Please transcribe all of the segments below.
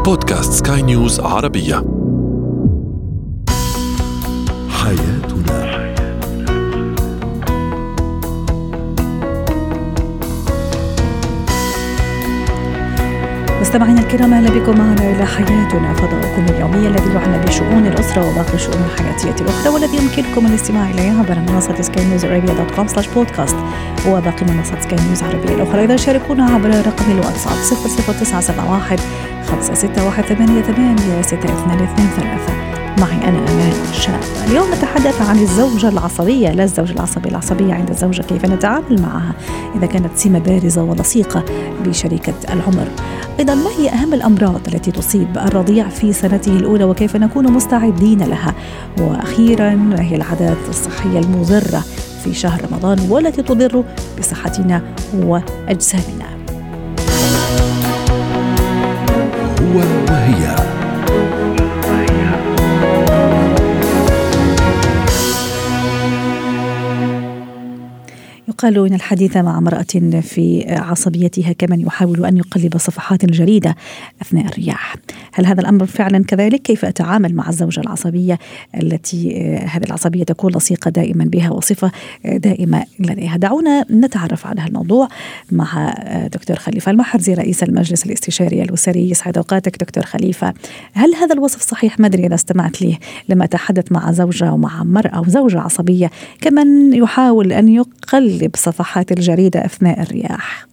بودكاست سكاي نيوز عربية. حياتنا. مستمعينا الكرام، اهلا بكم معنا الى حياتنا، فضاؤكم اليومي الذي يعنى بشؤون الاسره وباقي الشؤون الحياتيه الاخرى، والذي يمكنكم الاستماع اليه عبر منصه skynewsarabia.com/podcast وباقي منصات سكاي نيوز عربيه الاخرى. اذا شاركونا عبر رقم الواتساب 00971 561 معي أنا أمان شاب. اليوم نتحدث عن الزوجة العصبية، لا الزوج العصبي، العصبية عند الزوجة، كيف نتعامل معها إذا كانت سمة بارزة ولصيقة بشريكة العمر. أيضا ما هي أهم الأمراض التي تصيب الرضيع في سنته الأولى وكيف نكون مستعدين لها. وأخيرا ما هي العادات الصحية المضرة في شهر رمضان والتي تضر بصحتنا وأجسامنا. هو وهي. يقال إن الحديث مع امرأة في عصبيتها كمن يحاول أن يقلب صفحات الجريدة أثناء الرياح. هل هذا الأمر فعلا كذلك؟ كيف أتعامل مع الزوجة العصبية التي هذه العصبية تكون لصيقة دائما بها وصفة دائمة لديها؟ دعونا نتعرف على هالموضوع مع دكتور خليفة المحرزي، رئيس المجلس الاستشاري الأسري. يسعد أوقاتك دكتور خليفة. هل هذا الوصف صحيح؟ ما أدري إذا استمعت ليه لما أتحدث مع زوجة ومع مرأة وزوجة عصبية كمن يحاول أن يقلب بصفحات الجريدة أثناء الرياح.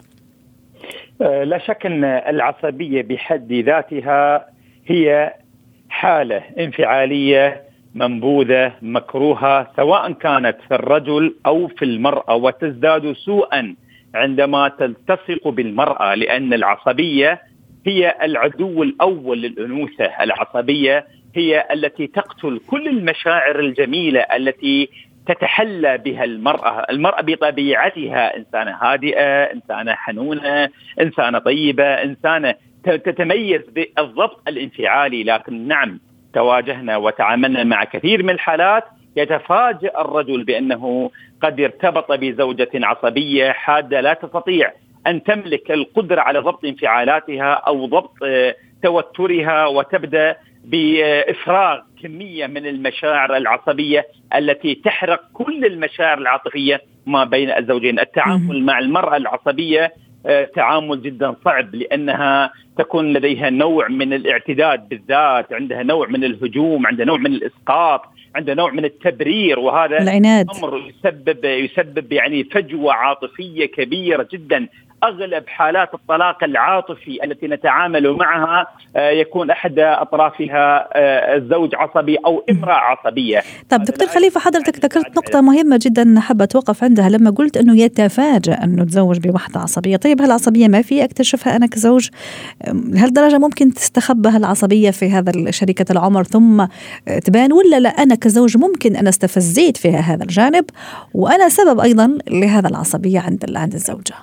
لا شك أن العصبية بحد ذاتها هي حالة انفعالية منبوذة مكروهة، سواء كانت في الرجل أو في المرأة، وتزداد سوءا عندما تلتصق بالمرأة، لأن العصبية هي العدو الأول للأنوثة. العصبية هي التي تقتل كل المشاعر الجميلة التي تتحلى بها المرأة بطبيعتها إنسانة هادئة، إنسانة حنونة، إنسانة طيبة، إنسانة تتميز بالضبط الانفعالي. لكن نعم، تواجهنا وتعاملنا مع كثير من الحالات يتفاجأ الرجل بأنه قد ارتبط بزوجة عصبية حادة لا تستطيع أن تملك القدرة على ضبط انفعالاتها أو ضبط توترها، وتبدأ بإفراغ كمية من المشاعر العصبية التي تحرق كل المشاعر العاطفية ما بين الزوجين. التعامل مع المرأة العصبية تعامل جدا صعب، لأنها تكون لديها نوع من الاعتداد بالذات، عندها نوع من الهجوم، عندها نوع من الإسقاط، عندها نوع من التبرير، وهذا العناد. أمر يسبب يعني فجوة عاطفية كبيرة جدا. أغلب حالات الطلاق العاطفي التي نتعامل معها يكون أحد أطرافها الزوج عصبي أو امرأة عصبية. طب دكتور خليفة، حضرتك ذكرت نقطة مهمة جدا حابة أتوقف عندها لما قلت أنه يتفاجأ أنه تزوج بوحدة عصبية. طيب هالعصبية ما في أكتشفها أنا كزوج؟ لهالدرجة ممكن تستخبى هالعصبية في هذا شريكة العمر ثم تبان، ولا لا أنا كزوج ممكن أنا استفزيت فيها هذا الجانب وأنا سبب أيضا لهذا العصبية عند الزوجة؟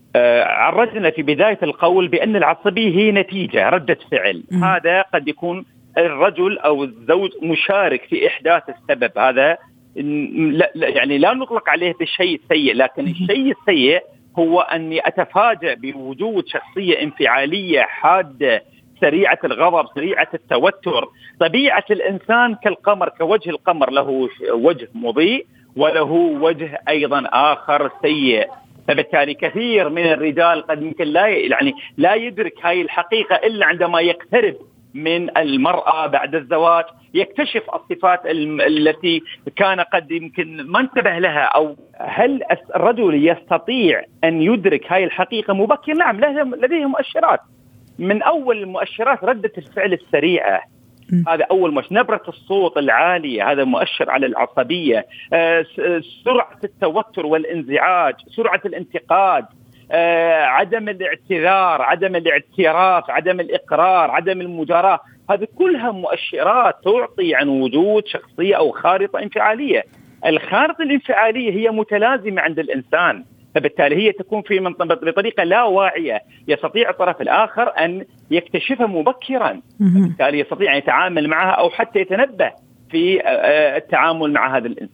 عرجنا في بداية القول بأن العصبية هي نتيجة ردة فعل. هذا قد يكون الرجل أو الزوج مشارك في إحداث السبب. هذا يعني لا نطلق عليه بالشيء السيء، لكن الشيء السيء هو أني أتفاجأ بوجود شخصية انفعالية حادة، سريعة الغضب، سريعة التوتر. طبيعة الإنسان كالقمر، كوجه القمر، له وجه مضيء وله وجه أيضا آخر سيء. فبالتالي كثير من الرجال قد يمكن لا يدرك هاي الحقيقة إلا عندما يقترب من المرأة بعد الزواج، يكتشف الصفات التي كان قد يمكن ما انتبه لها. أو هل الرجل يستطيع أن يدرك هاي الحقيقة مبكرا؟ نعم، لديه مؤشرات. من أول المؤشرات ردة الفعل السريعة، هذا أول مؤشر. نبرة الصوت العالية، هذا مؤشر على العصبية. سرعة التوتر والانزعاج، سرعة الانتقاد، عدم الاعتذار، عدم الاعتراف، عدم الإقرار، عدم المجاراة. هذه كلها مؤشرات تعطي عن وجود شخصية أو خارطة انفعالية. الخارطة الانفعالية هي متلازمة عند الإنسان، فبالتالي هي تكون بطريقة لا واعية، يستطيع الطرف الآخر أن يكتشفها مبكرا، بالتالي يستطيع أن يتعامل معها أو حتى يتنبه في التعامل مع هذا الإنسان.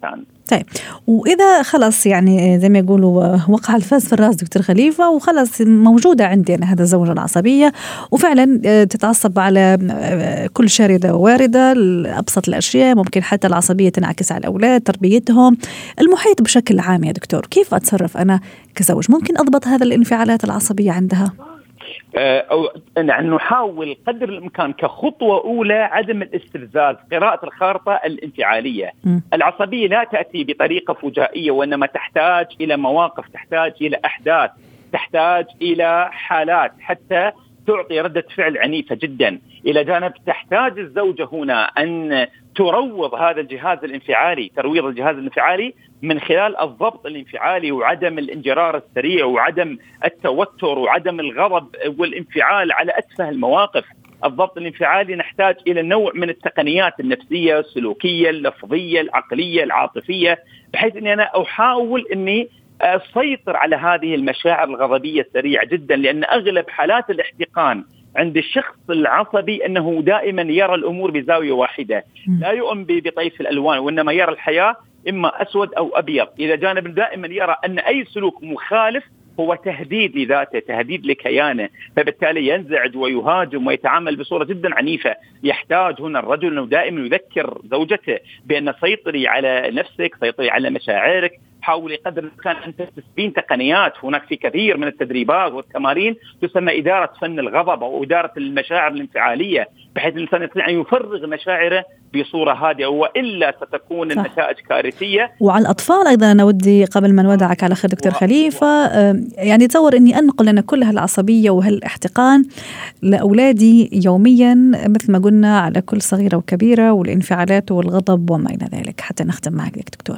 طيب، وإذا خلص يعني زي ما يقولوا وقع الفاس في الراس دكتور خليفة، وخلص موجودة عندي أنا هذا الزوجة العصبية، وفعلا تتعصب على كل شاردة وواردة، أبسط الأشياء، ممكن حتى العصبية تنعكس على الأولاد، تربيتهم، المحيط بشكل عام. يا دكتور، كيف أتصرف أنا كزوج؟ ممكن أضبط هذا الانفعالات العصبية عندها؟ أو نحاول قدر الإمكان كخطوة أولى عدم الاستفزاز، قراءة الخارطة الانفعالية. العصبية لا تأتي بطريقة فجائية، وإنما تحتاج إلى مواقف، تحتاج إلى أحداث، تحتاج إلى حالات حتى تعطي ردة فعل عنيفة جدا. إلى جانب تحتاج الزوجة هنا أن تروض هذا الجهاز الانفعالي، ترويض الجهاز الانفعالي من خلال الضبط الانفعالي وعدم الانجرار السريع وعدم التوتر وعدم الغضب والانفعال على أتفه المواقف. الضبط الانفعالي نحتاج إلى نوع من التقنيات النفسية السلوكية اللفظية العقلية العاطفية، بحيث أني أنا أحاول أني أسيطر على هذه المشاعر الغضبية السريعة جدا، لأن أغلب حالات الاحتقان عند الشخص العصبي أنه دائما يرى الأمور بزاوية واحدة، لا يؤمن بطيف الألوان، وإنما يرى الحياة إما أسود أو أبيض. إلى جانب دائما يرى أن أي سلوك مخالف هو تهديد لذاته، تهديد لكيانه، فبالتالي ينزعج ويهاجم ويتعامل بصورة جدا عنيفة. يحتاج هنا الرجل أنه دائما يذكر زوجته بأن سيطري على نفسك، سيطري على مشاعرك، حاولي قدر الإمكان أن تستثمرين تقنيات. هناك في كثير من التدريبات والتمارين تسمى إدارة فن الغضب أو إدارة المشاعر الانفعالية، بحيث الإنسان يستطيع أن يفرغ مشاعره بصورة هادئة، وإلا ستكون النتائج كارثية. وعلى الأطفال أيضا أنا ودي قبل ما نودعك على خير دكتور خليفة، يعني تصور أني أنقل أنا كل هالعصبية وهالاحتقان لأولادي يوميا مثل ما قلنا على كل صغيرة وكبيرة، والانفعالات والغضب وما إلى ذلك، حتى نختم معك دكتور.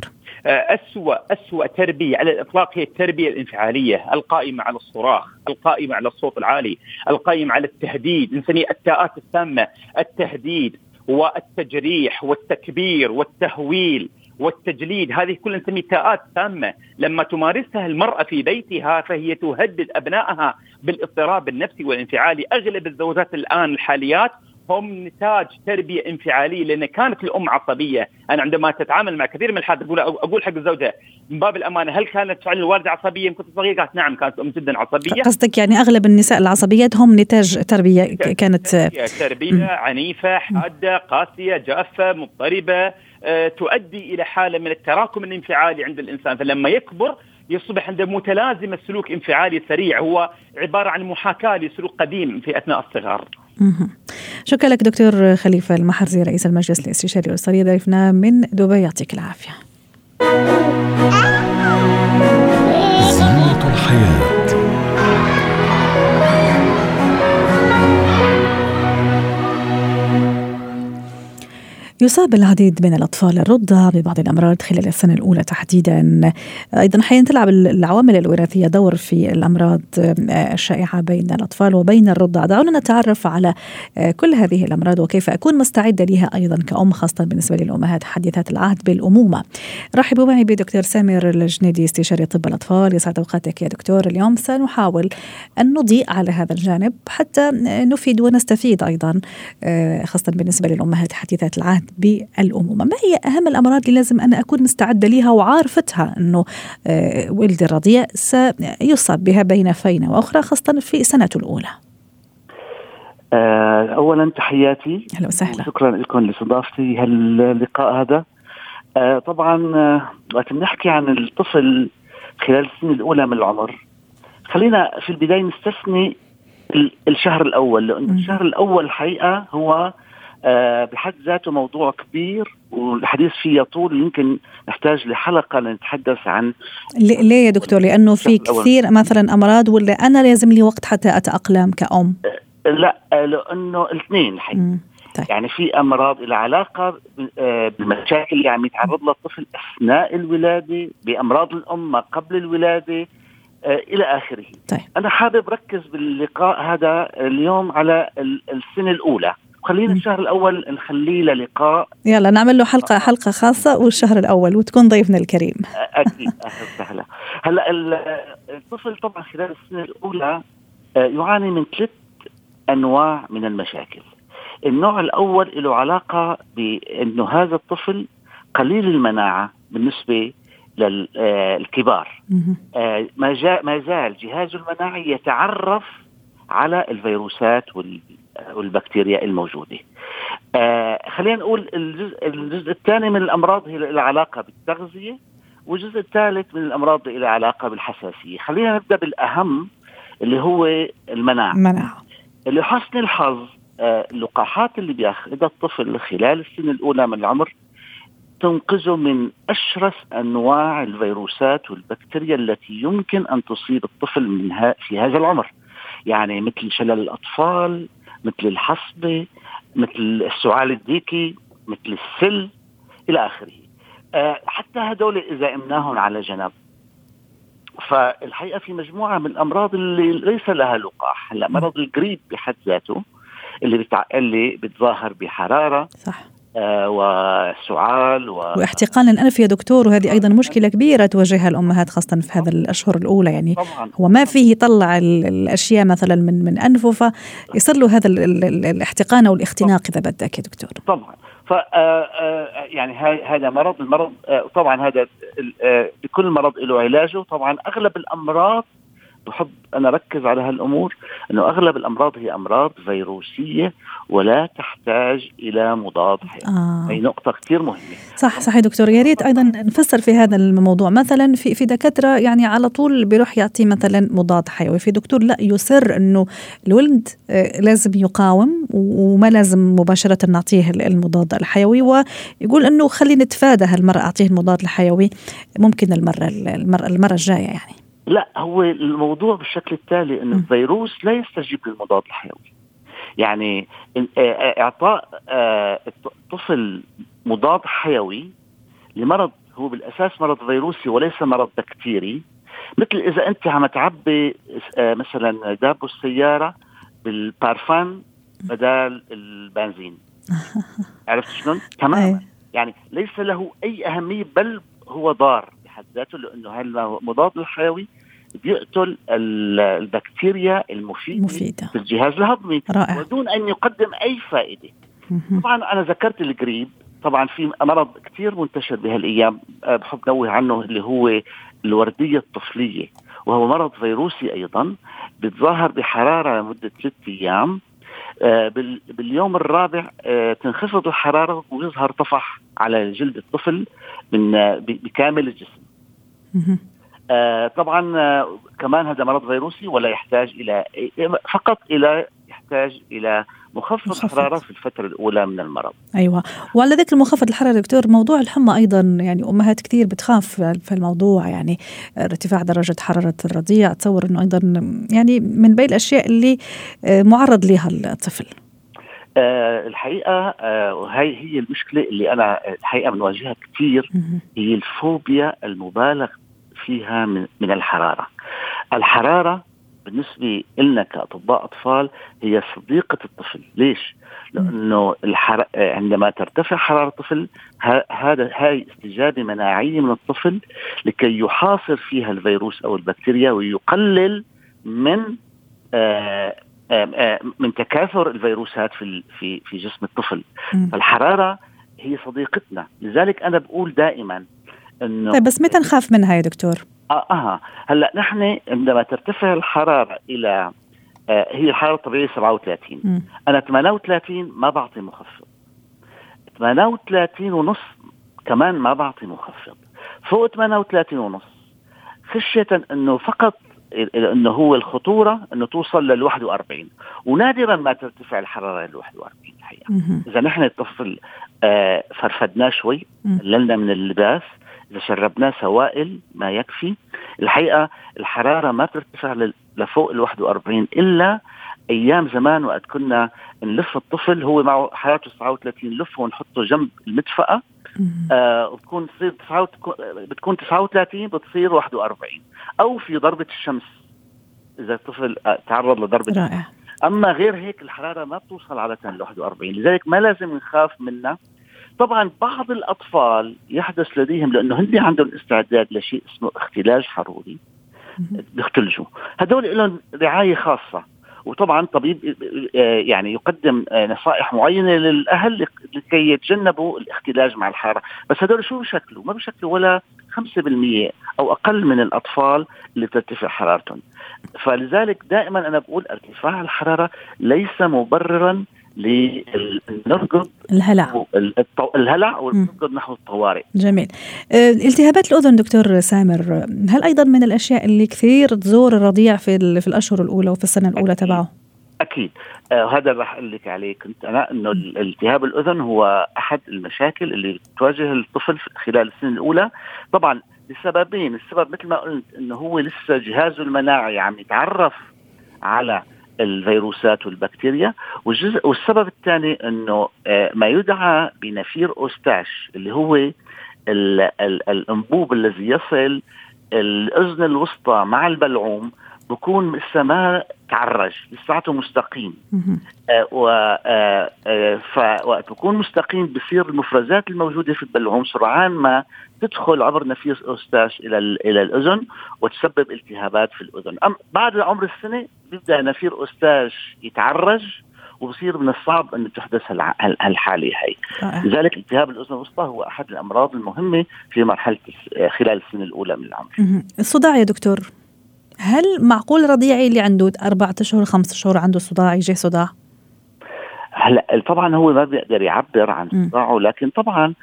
أسوأ تربية على الإطلاق هي التربية الانفعالية القائمة على الصراخ، القائمة على الصوت العالي، القائمة على التهديد، نسميه التاءات السامة، التهديد والتجريح والتكبير والتهويل والتجليد. هذه كلها نسميه تاءات سامة. لما تمارسها المرأة في بيتها فهي تهدد أبنائها بالاضطراب النفسي والانفعالي. أغلب الزوجات الآن الحاليات هم نتاج تربية انفعالية، لأن كانت الأم عصبية. أنا عندما تتعامل مع كثير من الحالات أقول حق الزوجة من باب الأمانة، هل كانت فعلا الوالدة عصبية كنت صغيرة؟ قالت نعم، كانت أم جدا عصبية. قصدك يعني أغلب النساء العصبيات هم نتاج تربية كانت تربية عنيفة حادة قاسية جافة مضطربة، تؤدي إلى حالة من التراكم الانفعالي عند الإنسان. فلما يكبر يصبح عنده متلازمة سلوك انفعالي سريع، هو عبارة عن محاكاة لسلوك قديم في أثناء الصغر. شكرا لك دكتور خليفة المحرزي، رئيس المجلس الاستشاري الأسري، ضيفنا من دبي، يعطيك العافية. زينة الحياة. يصاب العديد من الأطفال الرضع ببعض الأمراض خلال السنة الأولى تحديدا. أيضا حين تلعب العوامل الوراثية دور في الأمراض الشائعة بين الأطفال وبين الرضع. دعونا نتعرف على كل هذه الأمراض وكيف أكون مستعدة لها أيضا كأم، خاصة بالنسبة للأمهات حديثات العهد بالأمومة. رحبوا معي بدكتور سامر الجنيدي، استشاري طب الأطفال. يسعد أوقاتك يا دكتور. اليوم سنحاول أن نضيء على هذا الجانب حتى نفيد ونستفيد أيضا، خاصة بالنسبة للأمهات حديثات العهد بالأمومة. ما هي أهم الأمراض اللي لازم أنا أكون مستعدة لها وعارفتها أنه ولدي الرضيع سيصاب بها بين فينة وأخرى، خاصة في سنته الأولى؟ أولا تحياتي، أهلا وسهلا، شكرا لكم لاستضافتي هاللقاء هذا. طبعا وقت نحكي عن الطفل خلال السنة الأولى من العمر، خلينا في البداية نستثني الشهر الأول، لأن الشهر الأول الحقيقة هو بحد ذاته موضوع كبير والحديث فيه يطول، يمكن نحتاج لحلقة لنتحدث عن. ليه يا دكتور؟ لأنه في كثير مثلا أمراض، ولا أنا لازم لي وقت حتى أتأقلم كأم؟ لا، لأنه الاثنين حقيقة. طيب. يعني في أمراض إلى علاقة بالمشاكل اللي عم يتعرض لها الطفل أثناء الولادة، بأمراض الأم ما قبل الولادة، إلى آخره. طيب. أنا حابب ركز باللقاء هذا اليوم على السنة الأولى. خلينا الشهر الأول نخليه للقاء، يلا نعمل له حلقة خاصة والشهر الأول، وتكون ضيفنا الكريم. أكيد. أهلا وسهلا. هلا الطفل طبعا خلال السنة الأولى يعاني من 3 أنواع من المشاكل. النوع الأول له علاقة بأنه هذا الطفل قليل المناعة بالنسبة للكبار. ما زال جهاز المناعي يتعرف على الفيروسات والبكتيريا الموجودة. خلينا نقول الجزء الثاني من الأمراض هي العلاقة بالتغذية، والجزء الثالث من الأمراض إلى علاقة بالحساسية. خلينا نبدأ بالأهم اللي هو المناعة. اللي حسن الحظ اللقاحات اللي بياخذها الطفل خلال السنة الأولى من العمر تنقذه من أشرس أنواع الفيروسات والبكتيريا التي يمكن أن تصيب الطفل في هذا العمر، يعني مثل شلل الأطفال، مثل الحصبة، مثل السعال الديكي، مثل السل إلى آخره. حتى هدول إذا إمناهم على جنب، فالحقيقة في مجموعة من الأمراض اللي ليس لها لقاح. هلا مرض الجريب بحد ذاته اللي بتظاهر بحرارة، صح، وسعال واحتقان الأنف يا دكتور، وهذه أيضا مشكلة كبيرة تواجهها الأمهات خاصة في هذه الأشهر الأولى. يعني طبعاً هو ما فيه يطلع الأشياء مثلا من أنفه، فيصير له هذا الاحتقان أو الاختناق إذا بدك يا دكتور. طبعا يعني هذا المرض طبعا هذا بكل مرض له علاجه. طبعا أغلب الأمراض بحب أنا أركز على هالأمور، أنه أغلب الأمراض هي أمراض فيروسية ولا تحتاج إلى مضاد حيوي. هي نقطة كتير مهمة. صح يا دكتور. يا ريت أيضا نفسر في هذا الموضوع. مثلا في دكاترة يعني على طول بيروح يعطي مثلا مضاد حيوي، في دكتور لا يصر أنه الولد لازم يقاوم وما لازم مباشرة نعطيه المضاد الحيوي، ويقول أنه خلي نتفادى هالمرة أعطيه المضاد الحيوي ممكن المرة الجاية. يعني لا، هو الموضوع بالشكل التالي أنه الفيروس لا يستجيب للمضاد الحيوي. يعني إعطاء طفل مضاد حيوي لمرض هو بالأساس مرض فيروسي وليس مرض بكتيري، مثل إذا أنت عم تعبي مثلا دابو السيارة بالبارفان بدال البنزين. عرفت شلون؟ تماما. يعني ليس له أي أهمية، بل هو ضار بحد ذاته، لأنه المضاد الحيوي بيقتل البكتيريا المفيدة في الجهاز الهضمي ودون أن يقدم أي فائدة. طبعا أنا ذكرت الجريب، طبعا في مرض كتير منتشر بهالأيام بحب نوه عنه اللي هو الوردية الطفلية، وهو مرض فيروسي أيضا بتظاهر بحرارة لمدة 3 أيام. باليوم الرابع تنخفض الحرارة ويظهر طفح على جلد الطفل بكامل الجسم. طبعا كمان هذا مرض فيروسي ولا يحتاج إلى مخفض حرارة في الفترة الأولى من المرض. أيوة. وعلى ذكر المخفض الحرارة دكتور، موضوع الحمى أيضا يعني أمهات كتير بتخاف في الموضوع، يعني ارتفاع درجة حرارة الرضيع، أتصور أنه أيضا يعني من بين الأشياء اللي معرض لها الطفل. الحقيقة وهي هي المشكلة اللي أنا الحقيقة بنواجهها كتير، هي الفوبيا المبالغ فيها من الحرارة. الحرارة بالنسبة لنا كأطباء أطفال هي صديقة الطفل. ليش؟ لأنه عندما ترتفع حرارة الطفل هاي استجابة مناعية من الطفل لكي يحاصر فيها الفيروس أو البكتيريا ويقلل من تكاثر الفيروسات في جسم الطفل. فالحرارة هي صديقتنا. لذلك أنا بقول دائما إنه طيب بس متى نخاف منها يا دكتور؟ هلا نحن عندما ترتفع الحرارة إلى هي الحرارة الطبيعية 37، أنا 38 ما بعطي مخفض، 38.5 كمان ما بعطي مخفض، فوق 38.5 خشية إنه فقط إنه هو الخطورة إنه توصل لل41، ونادرا ما ترتفع الحرارة لل41 الحقيقة. إذا نحن الطفل فرفدناه شوي، قللنا من اللباس، إذا شربناه سوائل ما يكفي، الحقيقة الحرارة ما ترتفع لفوق 41 إلا أيام زمان وقت كنا نلف الطفل هو معه حرارته 39 لفه ونحطه جنب المدفأة وبتكون بتكون 39 بتصير 41، أو في ضربة الشمس إذا الطفل تعرض لضربة رائع. أما غير هيك الحرارة ما بتوصل عادة ل41، لذلك ما لازم نخاف منها. طبعا بعض الأطفال يحدث لديهم لأنه هندي عندهم استعداد لشيء اسمه اختلاج حروري، بيختلجوا، هدول لهم رعاية خاصة وطبعا طبيب يعني يقدم نصائح معينة للأهل لكي يتجنبوا الاختلاج مع الحرارة. بس هذول شو بشكلوا؟ ما بشكلوا ولا 5% أو أقل من الأطفال اللي ترتفع حرارتهم. فلذلك دائما أنا بقول ارتفاع الحرارة ليس مبررا لنرقد الهلع ونرقد نحو الطوارئ. جميل. التهابات الأذن دكتور سامر، هل أيضا من الأشياء اللي كثير تزور الرضيع في الأشهر الأولى وفي السنة الأولى تبعه؟ أكيد. هذا راح أقول لك عليه كنت أنا، إنه التهاب الأذن هو أحد المشاكل اللي تواجه الطفل خلال السنة الأولى، طبعا لسببين. السبب مثل ما قلت إنه هو لسه جهازه المناعي عم يتعرف على الفيروسات والبكتيريا، والسبب الثاني إنه ما يدعى بنفير أوستاش اللي هو الأنبوب الذي يصل الأذن الوسطى مع البلعوم بكون لسه ما تعرج، لساته مستقيم. فوقت بكون مستقيم بصير المفرزات الموجودة في البلعوم سرعان ما تدخل عبر نفير أوستاش إلى الأذن وتسبب التهابات في الأذن. بعد عمر السنة بيبدأ نفير أوستاش يتعرج وبصير من الصعب أن تحدث هالحالة هي. لذلك التهاب الأذن الوسطى هو أحد الأمراض المهمة في مرحلة خلال السنة الأولى من العمر. الصداع يا دكتور، هل معقول رضيعي اللي عنده 4 أشهر 5 أشهر عنده صداع يجي صداع؟ هلا طبعا هو ما بيقدر يعبر عن صداعه، لكن طبعا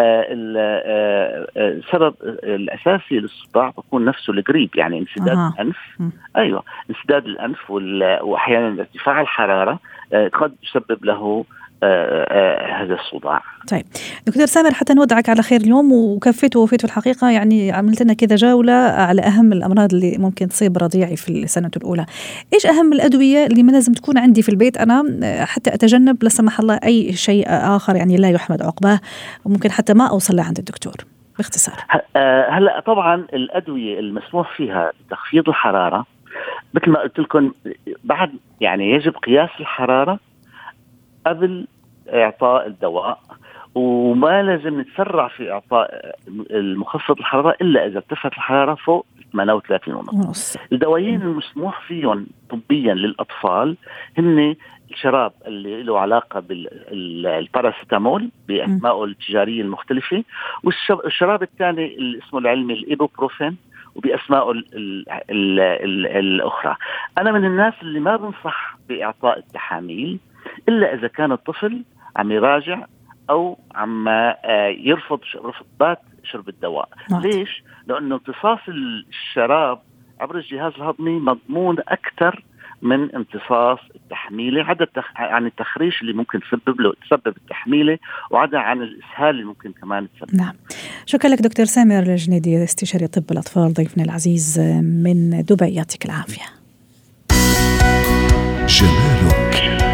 السبب الأساسي للصداع بيكون نفسه القريب، يعني انسداد الأنف. أيوة، انسداد الأنف وأحيانا ارتفاع الحرارة قد يسبب له هذا الصداع. طيب دكتور سامر، حتى نودعك على خير اليوم، وكفيت ووفيت في الحقيقة، يعني عملت لنا كذا جولة على أهم الأمراض اللي ممكن تصيب رضيعي في السنة الأولى. إيش أهم الأدوية اللي ما لازم تكون عندي في البيت أنا حتى أتجنب لا سمح الله أي شيء آخر يعني لا يحمد عقباه وممكن حتى ما أوصل لعند الدكتور باختصار؟ هلأ طبعا الأدوية المسموح فيها بتخفيض الحرارة مثل ما قلت لكم، بعد يعني يجب قياس الحرارة قبل إعطاء الدواء، وما لازم نتسرع في إعطاء المخفض الحرارة إلا إذا ارتفعت الحرارة فوق 38.5. الدوايين المسموح فيهم طبيا للأطفال هن الشراب اللي له علاقة بالباراسيتامول بأسمائه التجارية المختلفة، والشراب الثاني اللي اسمه العلمي الإيبوبروفين وبأسمائه الأخرى. أنا من الناس اللي ما بنصح بإعطاء التحاميل إلا إذا كان الطفل عم يراجع أو عم يرفض رفضات شرب الدواء. ليش؟ لأنه امتصاص الشراب عبر الجهاز الهضمي مضمون أكثر من امتصاص التحميلة، عدا عن التخريش اللي ممكن تسبب التحميلة، وعدا عن الإسهال اللي ممكن كمان تسبب. نعم، شكرا لك دكتور سامر الجنيدي، استشاري طب الأطفال، ضيفنا العزيز من دبي، يعطيك العافية. جمالك.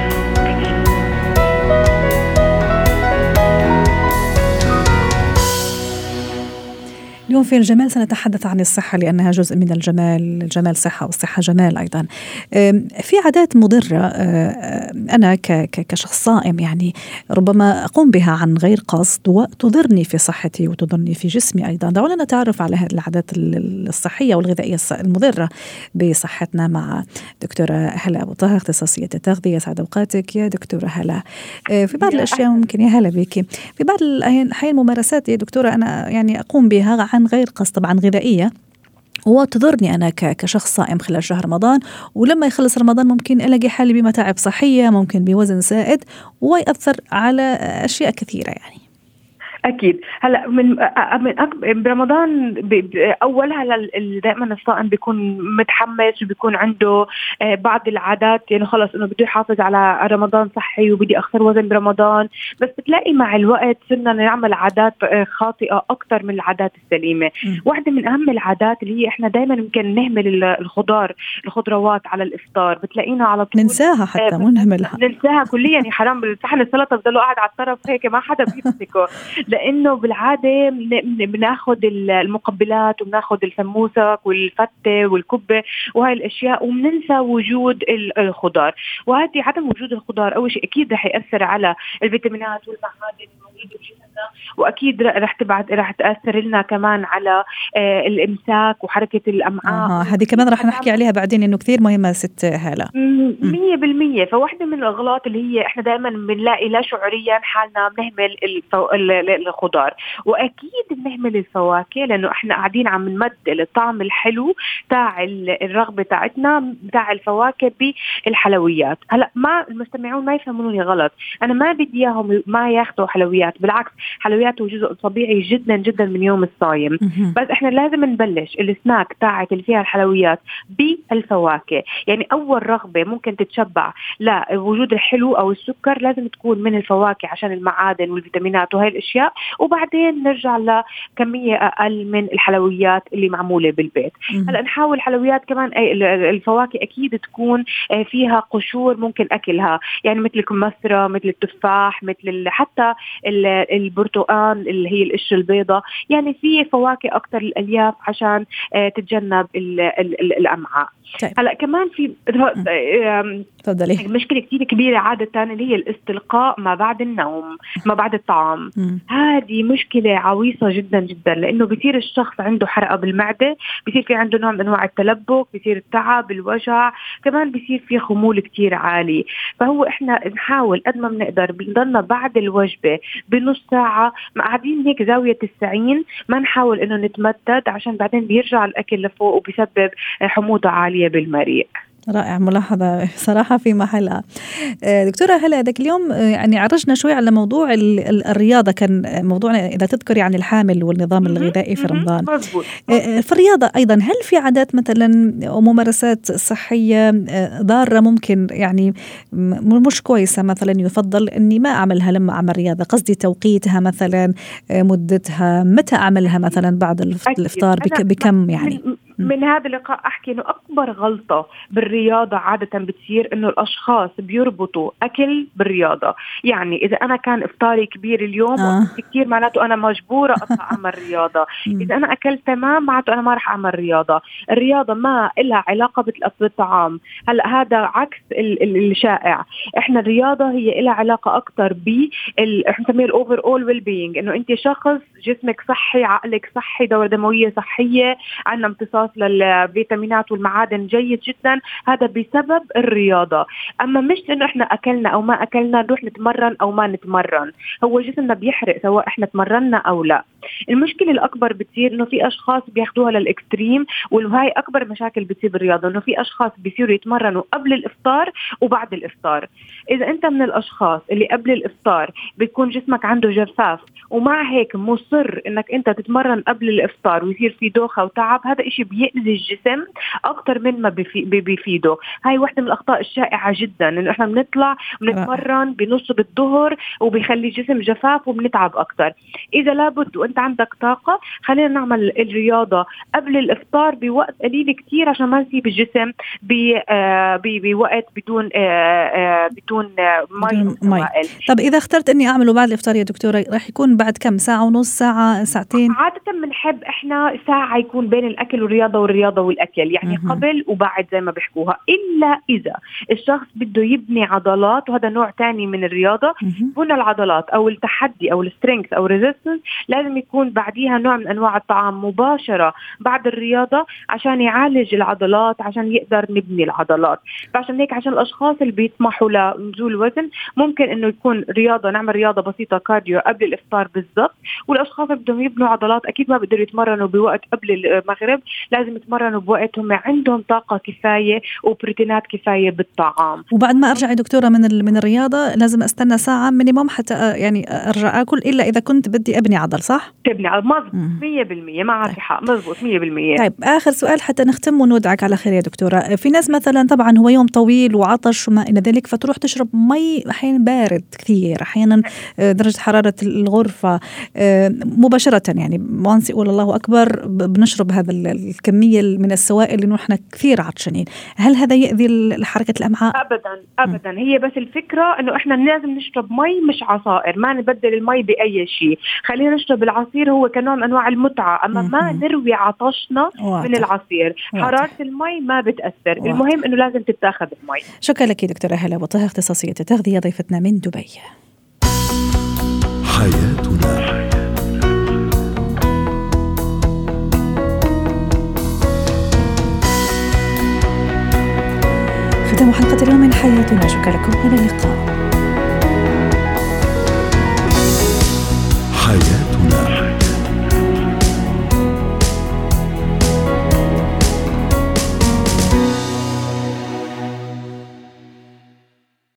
اليوم في الجمال سنتحدث عن الصحة لأنها جزء من الجمال، الجمال صحة والصحة جمال أيضا. في عادات مضرة أنا كشخص صائم يعني ربما أقوم بها عن غير قصد وتضرني في صحتي وتضرني في جسمي أيضا. دعونا نتعرف على هذه العادات الصحية والغذائية المضرة بصحتنا مع دكتورة هلا أبو طه، اختصاصية التغذية. سعد أوقاتك يا دكتورة هلا. في بعض الأشياء ممكن يا هلا بك، في بعض الأحيان ممارسات يا دكتورة أنا يعني أقوم بها عن غير قصد طبعا غذائية وتضرني أنا كشخص صائم خلال شهر رمضان، ولما يخلص رمضان ممكن ألاقي حالي بمتاعب صحية، ممكن بوزن زائد، ويأثر على أشياء كثيرة يعني. أكيد. هلا من برمضان أولها دائما الصائم بيكون متحمس وبيكون عنده بعض العادات، يعني خلص إنه بده يحافظ على رمضان صحي وبدي أخسر وزن برمضان، بس بتلاقي مع الوقت صرنا نعمل عادات خاطئة أكتر من العادات السليمة. واحدة من أهم العادات اللي هي إحنا دائما يمكن نهمل الخضروات على الإفطار، بتلاقينا على طول ننساها، حتى ننساها كليا. يا حرام، صحن السلطة بضلوا قاعد على الطرف هيك ما حدا بيمسكه، لأنه بالعادة بناخد المقبلات وبناخد السموسك والفتة والكبة وهاي الأشياء وبننسى وجود الخضار. وهذه عدم وجود الخضار أول شيء أكيد رح يأثر على الفيتامينات والمعادن الموجودة بجسمنا واكيد رح تاثر لنا كمان على الامساك وحركه الامعاء. هذه كمان رح نحكي عليها بعدين، انه كثير مهمه ست هالة. 100%. فواحده من الاغلاط اللي هي احنا دائما بنلاقي لا شعوريا حالنا بنهمل الخضار، واكيد بنهمل الفواكه لانه احنا قاعدين عم نمد الطعم الحلو تاع الرغبه تاعتنا تاع الفواكه بالحلويات. هلا ما المستمعون ما يفهموني غلط، انا ما بدي اياهم ما ياخذوا حلويات، بالعكس حلويات هو جزء طبيعي جدا جدا من يوم الصايم. بس احنا لازم نبلش السناك تاعت اللي فيها الحلويات بالفواكه. يعني اول رغبه ممكن تتشبع لا وجود الحلو او السكر لازم تكون من الفواكه عشان المعادن والفيتامينات وهي الاشياء، وبعدين نرجع لكميه اقل من الحلويات اللي معموله بالبيت. هلا نحاول حلويات كمان الفواكه اكيد تكون فيها قشور ممكن اكلها، يعني مثل الكمثرى، مثل التفاح، مثل حتى البرتقال اللي هي القشره البيضاء. يعني في فواكه اكثر الالياف عشان تتجنب الامعاء. طيب. هلا كمان في تفضلي. مشكله كثير كبيره عاده اللي هي الاستلقاء ما بعد النوم، ما بعد الطعام. هذه مشكله عويصه جدا جدا، لانه بصير الشخص عنده حرقه بالمعده، بصير في عنده نوع من انواع التلبك، بصير التعب، الوجع، كمان بصير في خمول كثير عالي. فهو احنا نحاول قد ما بنقدر بنضلنا بعد الوجبه بنص ساعه ما قاعدين هيك زاويه 90، ما نحاول انه نتمدد عشان بعدين بيرجع الاكل لفوق وبيسبب حموضه عاليه بالمريء. رائع، ملاحظة صراحة في محلها. دكتورة هلا ذاك اليوم يعني عرجنا شوي على موضوع الرياضة، كان موضوعنا إذا تذكري عن الحامل والنظام الغذائي في رمضان. في الرياضة أيضا هل في عادات مثلا أو ممارسات صحية ضارة ممكن يعني مش كويسة مثلا يفضل أني ما أعملها لما أعمل رياضة؟ قصدي توقيتها مثلا، مدتها، متى أعملها مثلا بعد الإفطار بكم يعني؟ من هذا اللقاء أحكي إنه أكبر غلطة بالرياضة عادة بتصير إنه الأشخاص بيربطوا أكل بالرياضة. يعني إذا أنا كان إفطاري كبير اليوم كتير معناته أنا مجبورة أطلع أعمل رياضة. إذا أنا أكلت تمام معناته أنا ما رح أعمل رياضة. الرياضة ما إلها علاقة بالطعام. هلأ هذا عكس الشائع. إحنا الرياضة هي إلها علاقة أكتر إحنا نسميه الأوفر أول ويل بينج، إنه أنت شخص جسمك صحي، عقلك صحي، دورة دموية صحية، عندنا امتصاص للفيتامينات والمعادن جيد جدا. هذا بسبب الرياضة. أما مش إنه إحنا أكلنا أو ما أكلنا نروح نتمرن أو ما نتمرن. هو جسمنا بيحرق سواء إحنا تمرنا أو لا. المشكلة الأكبر بتصير إنه في أشخاص بياخدوها للإكستريم، وهي أكبر مشاكل بتصير بالرياضة، إنه في أشخاص بيصيروا يتمرنوا قبل الإفطار وبعد الإفطار. إذا أنت من الأشخاص اللي قبل الإفطار بيكون جسمك عنده جفاف ومع هيك مصر إنك أنت تتمرن قبل الإفطار ويصير في دوخة وتعب، هذا إشي بيأذي الجسم أكتر من ما بيفيده. هاي واحدة من الأخطاء الشائعة جدا، إنه إحنا بنطلع بنتمرن بنص بالظهر وبيخلي الجسم جفاف وبنتعب أكتر. إذا لابد وأنت عندك طاقة خلينا نعمل الرياضة قبل الإفطار بوقت قليل كتير عشان ما نسيب الجسم بوقت بدون مي. طب إذا اخترت إني أعمله بعد الإفطار يا دكتورة راح يكون بعد كم ساعة ونص، ساعة، ساعتين؟ عادة بنحب إحنا ساعة يكون بين الأكل والرياضة والأكل، يعني قبل وبعد زي ما بيحكوها. إلا إذا الشخص بده يبني عضلات، وهذا نوع تاني من الرياضة، بنى العضلات أو التحدي أو السترينث أو الريزيستنس، لازم يكون بعديها نوع من أنواع الطعام مباشرة بعد الرياضة عشان يعالج العضلات، عشان يقدر نبني العضلات. فعشان هيك عشان الأشخاص اللي بيطمحوا لنزول وزن ممكن إنه يكون نعمل رياضة بسيطة كارديو قبل الإفطار بالضبط. والأشخاص اللي بدهم يبنوا عضلات أكيد ما بيقدروا يتمرنوا بوقت قبل المغرب، لازم يتمرنوا بوقت هم عندهم طاقة كفاية وبروتينات كفاية بالطعام. وبعد ما أرجع يا دكتورة من الرياضة لازم أستنى ساعة مينيموم حتى يعني أرجع أكل، إلا إذا كنت بدي أبني عضل، صح؟ تبني عضل، مظبوط 100%. معك حق، مظبوط 100%. طيب آخر سؤال حتى نختم ونودعك على خير يا دكتورة. في ناس مثلا طبعا هو يوم طويل وعطش وما إلى ذلك، فتروح تشرب مي أحيانا بارد كثير، أحيانا درجة حرارة الغرفة مباشرة، يعني وانس يقول الله أكبر بنشرب هذا الكمية من السوائل اللي نحن كثير عطشانين. هل هذا يؤذي حركة الأمعاء؟ أبدا. هي بس الفكرة إنه إحنا لازم نشرب مي مش عصائر، ما نبدل المي بأي شيء. خلينا نشرب العصير هو كنوع من أنواع المتعة، أما ما نروي عطشنا من العصير. حرارة المي ما بتأثر. المهم إنه لازم تتاخذ المي. شكرا لك دكتورة هلا وطه، اختصاصية التغذية، ضيفتنا من دبي. حياتنا. حلقة اليوم من حياتنا. شكرا لكم، إلى اللقاء.